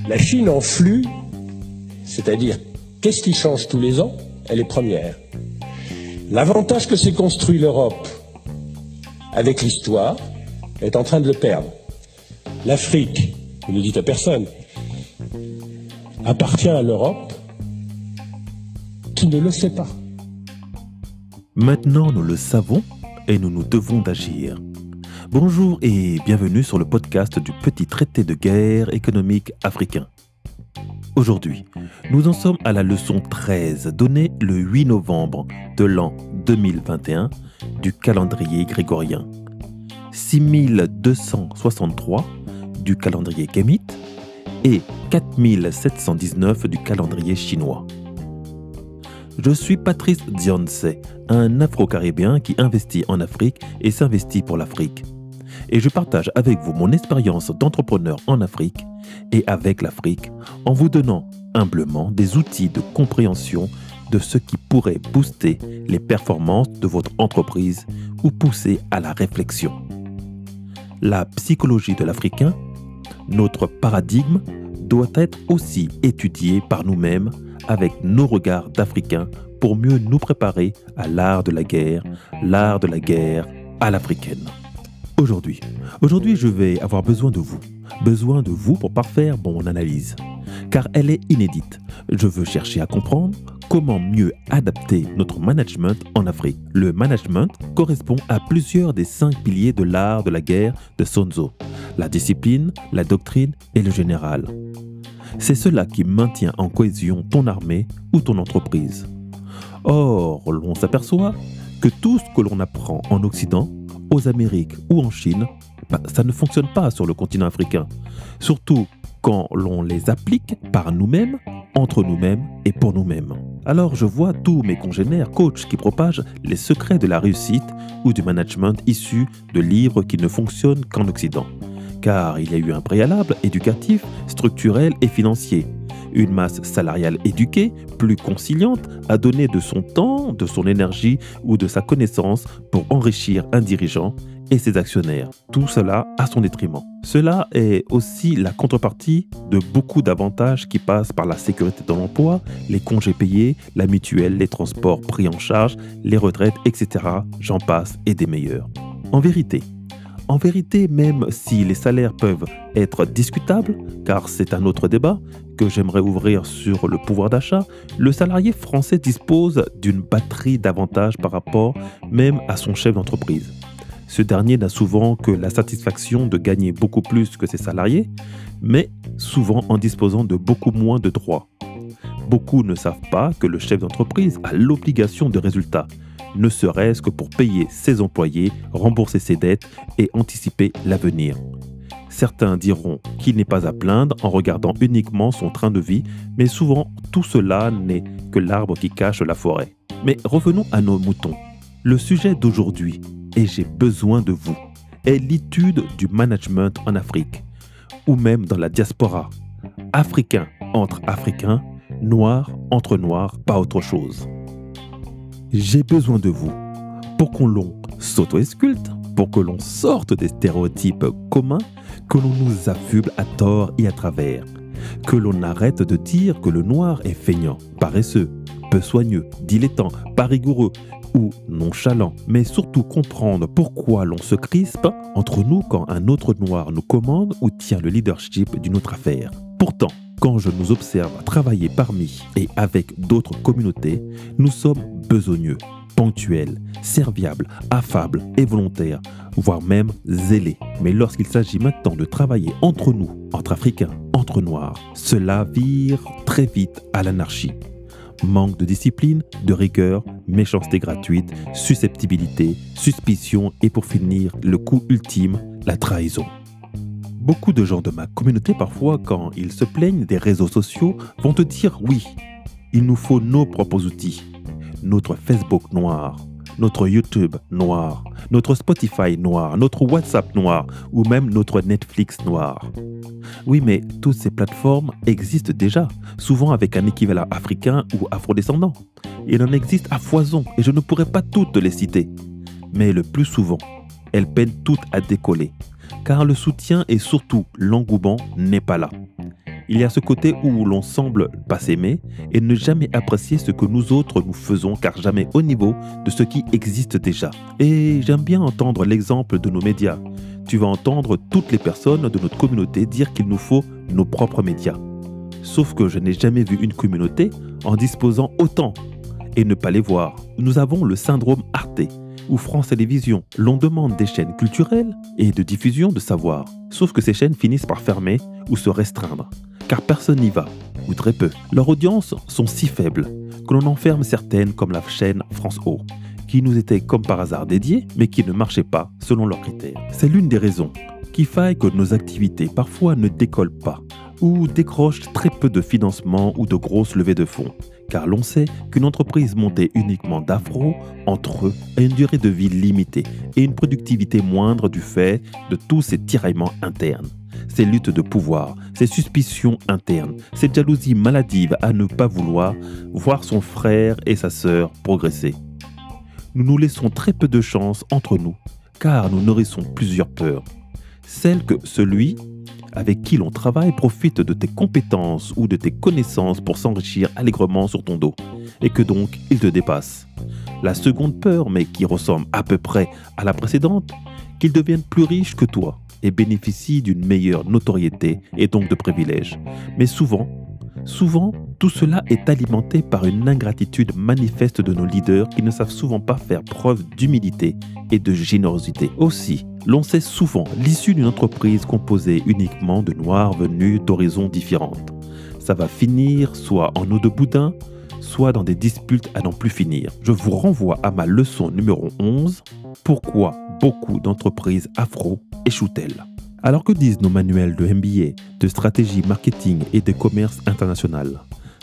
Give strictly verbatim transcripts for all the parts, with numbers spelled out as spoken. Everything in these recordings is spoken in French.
La Chine en flux, c'est-à-dire qu'est-ce qui change tous les ans, elle est première. L'avantage que s'est construit l'Europe avec l'histoire est en train de le perdre. L'Afrique, vous ne le dites à personne, appartient à l'Europe qui ne le sait pas. Maintenant, nous le savons et nous nous devons d'agir. Bonjour et bienvenue sur le podcast du petit traité de guerre économique africain. Aujourd'hui, nous en sommes à la leçon treize donnée le huit novembre de l'an deux mille vingt et un du calendrier grégorien, six mille deux cent soixante-trois du calendrier kémite et quatre mille sept cent dix-neuf du calendrier chinois. Je suis Patrice Dionce, un Afro-Caribéen qui investit en Afrique et s'investit pour l'Afrique. Et je partage avec vous mon expérience d'entrepreneur en Afrique et avec l'Afrique en vous donnant humblement des outils de compréhension de ce qui pourrait booster les performances de votre entreprise ou pousser à la réflexion. La psychologie de l'Africain, notre paradigme, doit être aussi étudié par nous-mêmes avec nos regards d'Africains pour mieux nous préparer à l'art de la guerre, l'art de la guerre à l'africaine. Aujourd'hui, aujourd'hui, je vais avoir besoin de vous, besoin de vous pour parfaire mon analyse, car elle est inédite. Je veux chercher à comprendre comment mieux adapter notre management en Afrique. Le management correspond à plusieurs des cinq piliers de l'art de la guerre de Sun Tzu, la discipline, la doctrine et le général. C'est cela qui maintient en cohésion ton armée ou ton entreprise. Or, l'on s'aperçoit que tout ce que l'on apprend en Occident, aux Amériques ou en Chine, bah, ça ne fonctionne pas sur le continent africain. Surtout quand l'on les applique par nous-mêmes, entre nous-mêmes et pour nous-mêmes. Alors je vois tous mes congénères coachs qui propagent les secrets de la réussite ou du management issus de livres qui ne fonctionnent qu'en Occident. Car il y a eu un préalable éducatif, structurel et financier. Une masse salariale éduquée, plus conciliante, a donné de son temps, de son énergie ou de sa connaissance pour enrichir un dirigeant et ses actionnaires. Tout cela à son détriment. Cela est aussi la contrepartie de beaucoup d'avantages qui passent par la sécurité de l'emploi, les congés payés, la mutuelle, les transports pris en charge, les retraites, et cetera. J'en passe et des meilleurs. En vérité, En vérité, même si les salaires peuvent être discutables, car c'est un autre débat que j'aimerais ouvrir sur le pouvoir d'achat, le salarié français dispose d'une batterie d'avantages par rapport même à son chef d'entreprise. Ce dernier n'a souvent que la satisfaction de gagner beaucoup plus que ses salariés, mais souvent en disposant de beaucoup moins de droits. Beaucoup ne savent pas que le chef d'entreprise a l'obligation de résultat, ne serait-ce que pour payer ses employés, rembourser ses dettes et anticiper l'avenir. Certains diront qu'il n'est pas à plaindre en regardant uniquement son train de vie, mais souvent tout cela n'est que l'arbre qui cache la forêt. Mais revenons à nos moutons. Le sujet d'aujourd'hui, et j'ai besoin de vous, est l'étude du management en Afrique, ou même dans la diaspora. Africain entre Africains, noir entre noirs, pas autre chose. J'ai besoin de vous pour qu'on l'on s'auto-esculte, pour que l'on sorte des stéréotypes communs, que l'on nous affuble à tort et à travers, que l'on arrête de dire que le noir est feignant, paresseux, peu soigneux, dilettant, pas rigoureux ou nonchalant, mais surtout comprendre pourquoi l'on se crispe entre nous quand un autre noir nous commande ou tient le leadership d'une autre affaire. Pourtant, quand je nous observe travailler parmi et avec d'autres communautés, nous sommes besogneux, ponctuels, serviables, affables et volontaires, voire même zélés. Mais lorsqu'il s'agit maintenant de travailler entre nous, entre Africains, entre Noirs, cela vire très vite à l'anarchie. Manque de discipline, de rigueur, méchanceté gratuite, susceptibilité, suspicion et pour finir, le coup ultime, la trahison. Beaucoup de gens de ma communauté, parfois, quand ils se plaignent des réseaux sociaux, vont te dire oui, il nous faut nos propres outils. Notre Facebook noir, notre YouTube noir, notre Spotify noir, notre WhatsApp noir ou même notre Netflix noir. Oui, mais toutes ces plateformes existent déjà, souvent avec un équivalent africain ou afrodescendant. Il en existe à foison et je ne pourrais pas toutes les citer. Mais le plus souvent, elles peinent toutes à décoller, car le soutien et surtout l'engouement n'est pas là. Il y a ce côté où l'on semble pas s'aimer et ne jamais apprécier ce que nous autres nous faisons car jamais au niveau de ce qui existe déjà. Et j'aime bien entendre l'exemple de nos médias. Tu vas entendre toutes les personnes de notre communauté dire qu'il nous faut nos propres médias. Sauf que je n'ai jamais vu une communauté en disposant autant et ne pas les voir. Nous avons le syndrome Arte ou France Télévisions. L'on demande des chaînes culturelles et de diffusion de savoir. Sauf que ces chaînes finissent par fermer ou se restreindre. Car personne n'y va, ou très peu. Leurs audiences sont si faibles que l'on enferme certaines comme la chaîne France O, qui nous était comme par hasard dédiée, mais qui ne marchait pas selon leurs critères. C'est l'une des raisons qui faille que nos activités parfois ne décollent pas, ou décrochent très peu de financement ou de grosses levées de fonds. Car l'on sait qu'une entreprise montée uniquement d'afro, entre eux, a une durée de vie limitée et une productivité moindre du fait de tous ces tiraillements internes. Ces luttes de pouvoir, ces suspicions internes, cette jalousie maladive à ne pas vouloir voir son frère et sa sœur progresser. Nous nous laissons très peu de chance entre nous, car nous nourrissons plusieurs peurs. Celle que celui avec qui l'on travaille profite de tes compétences ou de tes connaissances pour s'enrichir allègrement sur ton dos, et que donc il te dépasse. La seconde peur, mais qui ressemble à peu près à la précédente, qu'il devienne plus riche que toi et bénéficie d'une meilleure notoriété et donc de privilèges. Mais souvent, souvent, tout cela est alimenté par une ingratitude manifeste de nos leaders qui ne savent souvent pas faire preuve d'humilité et de générosité. Aussi, l'on sait souvent l'issue d'une entreprise composée uniquement de noirs venus d'horizons différentes. Ça va finir soit en eau de boudin, soit dans des disputes à n'en plus finir. Je vous renvoie à ma leçon numéro onze, pourquoi beaucoup d'entreprises afro échouent-elles? Alors que disent nos manuels de M B A, de stratégie marketing et de commerce international?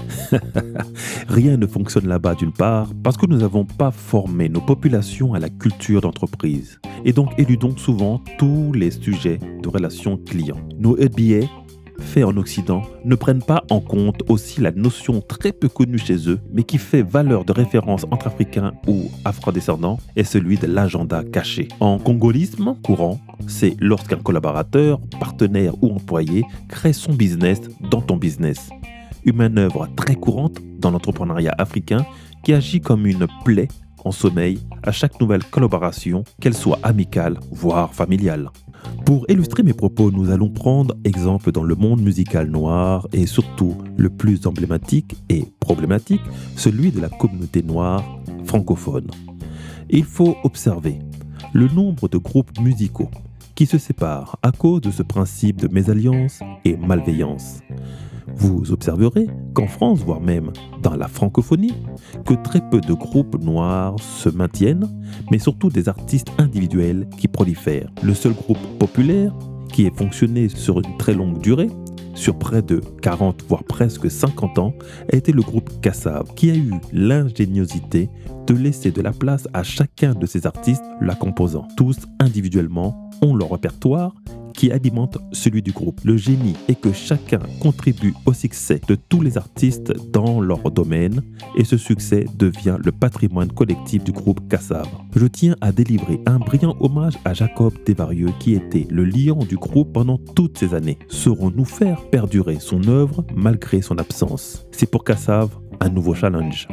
Rien ne fonctionne là-bas d'une part parce que nous n'avons pas formé nos populations à la culture d'entreprise et donc éludons souvent tous les sujets de relations clients. Nos M B A faits en Occident ne prennent pas en compte aussi la notion très peu connue chez eux mais qui fait valeur de référence entre Africains ou Afro-descendants est celui de l'agenda caché. En congolisme courant, c'est lorsqu'un collaborateur, partenaire ou employé crée son business dans ton business. Une manœuvre très courante dans l'entrepreneuriat africain qui agit comme une plaie en sommeil à chaque nouvelle collaboration, qu'elle soit amicale, voire familiale. Pour illustrer mes propos, nous allons prendre exemple dans le monde musical noir et surtout le plus emblématique et problématique, celui de la communauté noire francophone. Il faut observer le nombre de groupes musicaux qui se séparent à cause de ce principe de mésalliance et malveillance. Vous observerez qu'en France, voire même dans la francophonie, que très peu de groupes noirs se maintiennent, mais surtout des artistes individuels qui prolifèrent. Le seul groupe populaire qui ait fonctionné sur une très longue durée, sur près de quarante voire presque cinquante ans, a été le groupe Kassav, qui a eu l'ingéniosité de laisser de la place à chacun de ces artistes la composant. Tous individuellement ont leur répertoire qui alimente celui du groupe. Le génie est que chacun contribue au succès de tous les artistes dans leur domaine et ce succès devient le patrimoine collectif du groupe Kassav. Je tiens à délivrer un brillant hommage à Jacob Desvarieux qui était le lion du groupe pendant toutes ces années. Saurons-nous faire perdurer son œuvre malgré son absence? C'est pour Kassav un nouveau challenge.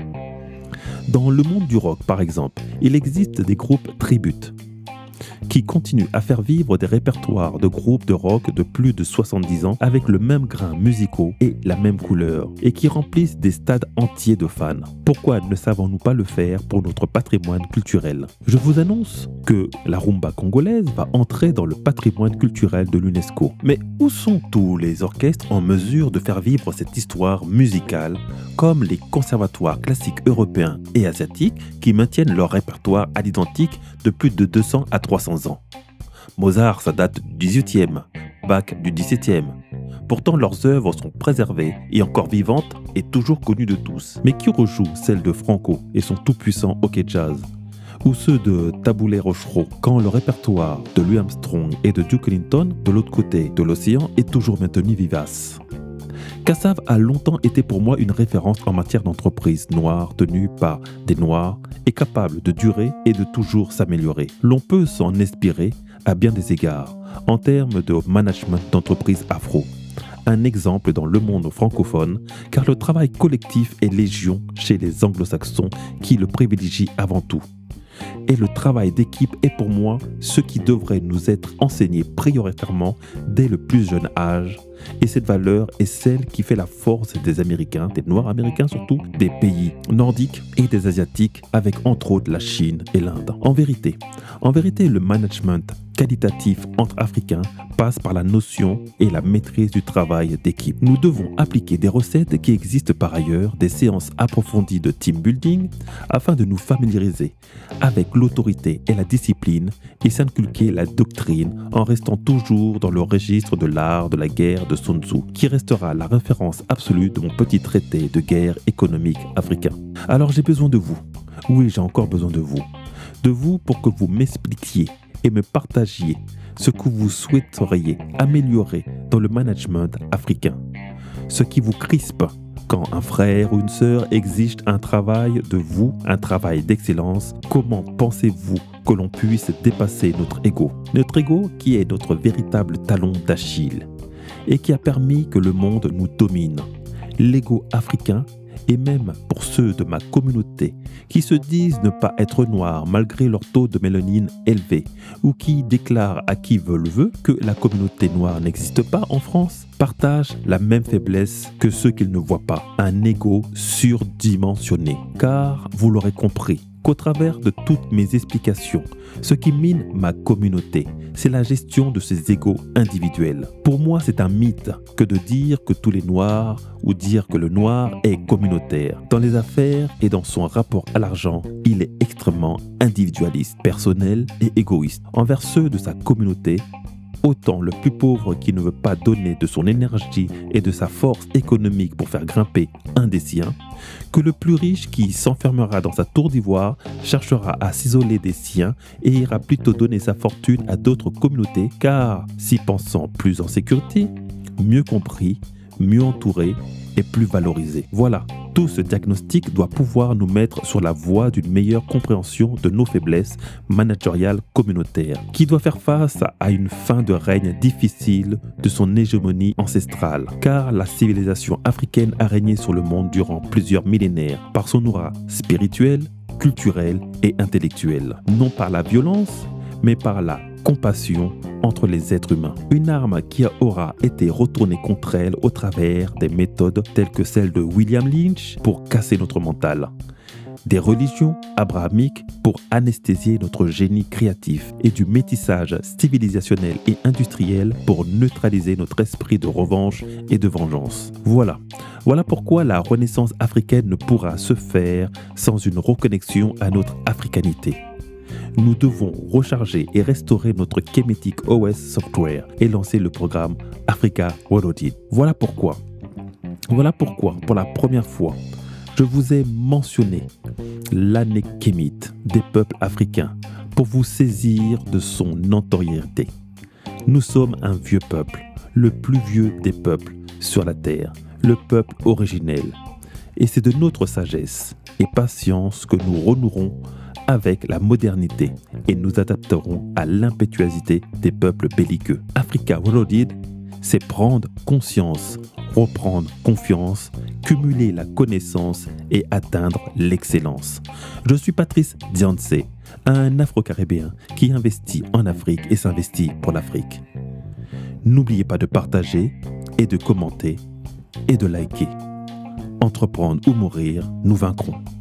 Dans le monde du rock, par exemple, il existe des groupes tributes qui continuent à faire vivre des répertoires de groupes de rock de plus de soixante-dix ans avec le même grain musical et la même couleur et qui remplissent des stades entiers de fans. Pourquoi ne savons-nous pas le faire pour notre patrimoine culturel? Je vous annonce que la rumba congolaise va entrer dans le patrimoine culturel de l'UNESCO. Mais où sont tous les orchestres en mesure de faire vivre cette histoire musicale comme les conservatoires classiques européens et asiatiques qui maintiennent leur répertoire à l'identique de plus de deux cents à trois cents ans? Mozart, ça date du dix-huitième, Bach du dix-septième. Pourtant, leurs œuvres sont préservées et encore vivantes et toujours connues de tous. Mais qui rejoue celles de Franco et son tout-puissant hockey jazz? Ou ceux de Taboulé Rochereau, quand le répertoire de Louis Armstrong et de Duke Ellington, de l'autre côté de l'océan, est toujours maintenu vivace? Kassav a longtemps été pour moi une référence en matière d'entreprise noire tenue par des noirs et capable de durer et de toujours s'améliorer. L'on peut s'en inspirer à bien des égards en termes de management d'entreprise afro, un exemple dans le monde francophone, car le travail collectif est légion chez les anglo-saxons qui le privilégient avant tout. Et le travail d'équipe est pour moi ce qui devrait nous être enseigné prioritairement dès le plus jeune âge. Et cette valeur est celle qui fait la force des Américains, des Noirs américains surtout, des pays nordiques et des Asiatiques, avec entre autres la Chine et l'Inde. En vérité, en vérité, le management qualitatif entre Africains passe par la notion et la maîtrise du travail d'équipe. Nous devons appliquer des recettes qui existent par ailleurs, des séances approfondies de team building, afin de nous familiariser avec l'autorité et la discipline et s'inculquer la doctrine en restant toujours dans le registre de l'art de la guerre de Sun Tzu, qui restera la référence absolue de mon petit traité de guerre économique africain. Alors j'ai besoin de vous. Oui, j'ai encore besoin de vous. De vous pour que vous m'expliquiez et me partagiez ce que vous souhaiteriez améliorer dans le management africain. Ce qui vous crispe quand un frère ou une sœur exige un travail de vous, un travail d'excellence. Comment pensez-vous que l'on puisse dépasser notre ego? Notre ego qui est notre véritable talon d'Achille et qui a permis que le monde nous domine. L'ego africain, et même pour ceux de ma communauté qui se disent ne pas être noirs malgré leur taux de mélanine élevé ou qui déclarent à qui veut le veut que la communauté noire n'existe pas en France, partagent la même faiblesse que ceux qu'ils ne voient pas, un ego surdimensionné. Car, vous l'aurez compris, qu'au travers de toutes mes explications, ce qui mine ma communauté, c'est la gestion de ces égos individuels. Pour moi, c'est un mythe que de dire que tous les noirs ou dire que le noir est communautaire. Dans les affaires et dans son rapport à l'argent, il est extrêmement individualiste, personnel et égoïste envers ceux de sa communauté. Autant le plus pauvre qui ne veut pas donner de son énergie et de sa force économique pour faire grimper un des siens, que le plus riche qui s'enfermera dans sa tour d'ivoire cherchera à s'isoler des siens et ira plutôt donner sa fortune à d'autres communautés, car s'y pensant plus en sécurité, mieux compris, mieux entouré et plus valorisé. Voilà. Tout ce diagnostic doit pouvoir nous mettre sur la voie d'une meilleure compréhension de nos faiblesses managériales communautaires, qui doit faire face à une fin de règne difficile de son hégémonie ancestrale, car la civilisation africaine a régné sur le monde durant plusieurs millénaires par son aura spirituelle, culturelle et intellectuelle, non par la violence, mais par la compassion entre les êtres humains. Une arme qui aura été retournée contre elle au travers des méthodes telles que celles de William Lynch pour casser notre mental, des religions abrahamiques pour anesthésier notre génie créatif et du métissage civilisationnel et industriel pour neutraliser notre esprit de revanche et de vengeance. Voilà. Voilà pourquoi la renaissance africaine ne pourra se faire sans une reconnexion à notre africanité. Nous devons recharger et restaurer notre Kemetic O S software et lancer le programme Africa Reloaded. Voilà pourquoi, voilà pourquoi, pour la première fois, je vous ai mentionné l'année Kémite des peuples africains pour vous saisir de son antériorité. Nous sommes un vieux peuple, le plus vieux des peuples sur la terre, le peuple originel. Et c'est de notre sagesse et patience que nous renouerons avec la modernité et nous adapterons à l'impétuosité des peuples belliqueux. Africa Reloaded, c'est prendre conscience, reprendre confiance, cumuler la connaissance et atteindre l'excellence. Je suis Patrice Dianse, un Afro-Caribéen qui investit en Afrique et s'investit pour l'Afrique. N'oubliez pas de partager et de commenter et de liker. Entreprendre ou mourir, nous vaincrons.